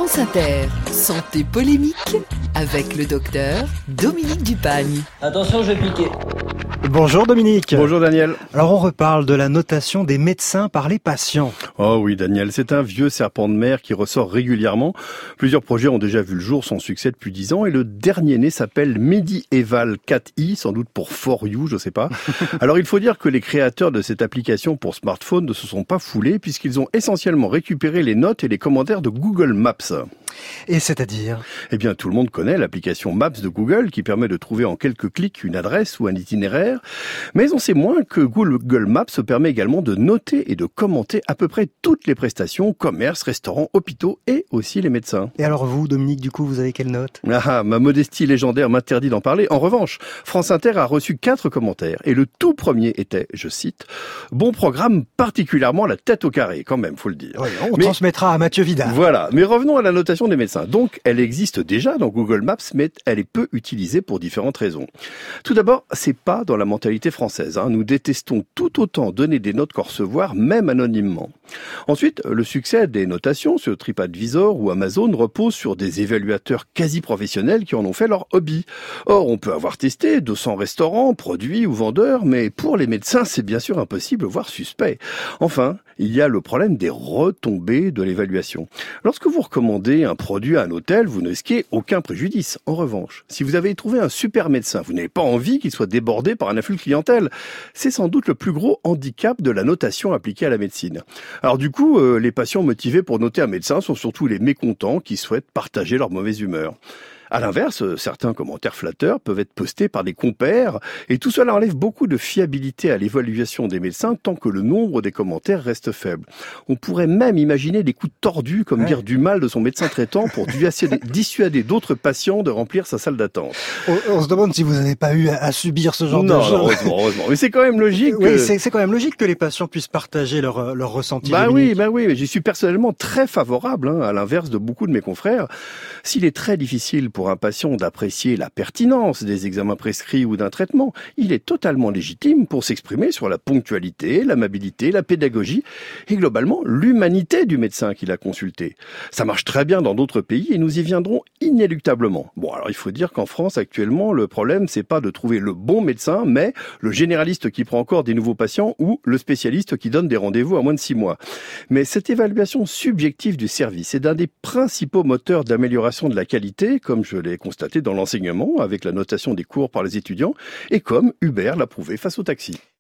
France Inter, santé polémique avec le docteur Dominique Dupagne. Attention, je vais piquer. Bonjour Dominique. Bonjour Daniel. Alors on reparle de la notation des médecins par les patients. Oh oui Daniel, c'est un vieux serpent de mer qui ressort régulièrement. Plusieurs projets ont déjà vu le jour, sans succès depuis 10 ans, et le dernier né s'appelle Medieval 4i, sans doute pour For You, je sais pas. Alors il faut dire que les créateurs de cette application pour smartphone ne se sont pas foulés, puisqu'ils ont essentiellement récupéré les notes et les commentaires de Google Maps. Et c'est-à-dire ? Eh bien, tout le monde connaît l'application Maps de Google qui permet de trouver en quelques clics une adresse ou un itinéraire. Mais on sait moins que Google Maps permet également de noter et de commenter à peu près toutes les prestations, commerces, restaurants, hôpitaux et aussi les médecins. Et alors vous, Dominique, du coup, vous avez quelle note ? Ah, ma modestie légendaire m'interdit d'en parler. En revanche, France Inter a reçu 4 commentaires et le tout premier était, je cite, « Bon programme, particulièrement la tête au carré », quand même, faut le dire. Oui, on transmettra à Mathieu Vidal. Voilà, mais revenons à la notation des médecins. Donc, elle existe déjà dans Google Maps, mais elle est peu utilisée pour différentes raisons. Tout d'abord, c'est pas dans la mentalité française. Nous détestons tout autant donner des notes qu'en recevoir, même anonymement. Ensuite, le succès des notations sur TripAdvisor ou Amazon repose sur des évaluateurs quasi professionnels qui en ont fait leur hobby. Or, on peut avoir testé 200 restaurants, produits ou vendeurs, mais pour les médecins, c'est bien sûr impossible, voire suspect. Enfin, il y a le problème des retombées de l'évaluation. Lorsque vous recommandez un produit à un hôtel, vous ne risquez aucun préjudice. En revanche, si vous avez trouvé un super médecin, vous n'avez pas envie qu'il soit débordé par un afflux de clientèle. C'est sans doute le plus gros handicap de la notation appliquée à la médecine. Alors du coup, les patients motivés pour noter un médecin sont surtout les mécontents qui souhaitent partager leur mauvaise humeur. À l'inverse, certains commentaires flatteurs peuvent être postés par des compères et tout cela enlève beaucoup de fiabilité à l'évaluation des médecins tant que le nombre des commentaires reste faible. On pourrait même imaginer des coups tordus comme dire du mal de son médecin traitant pour dissuader d'autres patients de remplir sa salle d'attente. On se demande si vous n'avez pas eu à subir ce genre de choses. Non, heureusement. Mais c'est quand même logique. Oui, c'est quand même logique que les patients puissent partager leur ressenti. Bah oui, mais j'y suis personnellement très favorable, à l'inverse de beaucoup de mes confrères. S'il est très difficile pour un patient d'apprécier la pertinence des examens prescrits ou d'un traitement, il est totalement légitime pour s'exprimer sur la ponctualité, l'amabilité, la pédagogie et globalement l'humanité du médecin qu'il a consulté. Ça marche très bien dans d'autres pays et nous y viendrons inéluctablement. Bon, alors il faut dire qu'en France actuellement, le problème c'est pas de trouver le bon médecin, mais le généraliste qui prend encore des nouveaux patients ou le spécialiste qui donne des rendez-vous à moins de 6 mois. Mais cette évaluation subjective du service est l'un des principaux moteurs d'amélioration de la qualité, comme je l'ai constaté dans l'enseignement, avec la notation des cours par les étudiants, et comme Uber l'a prouvé face au taxi.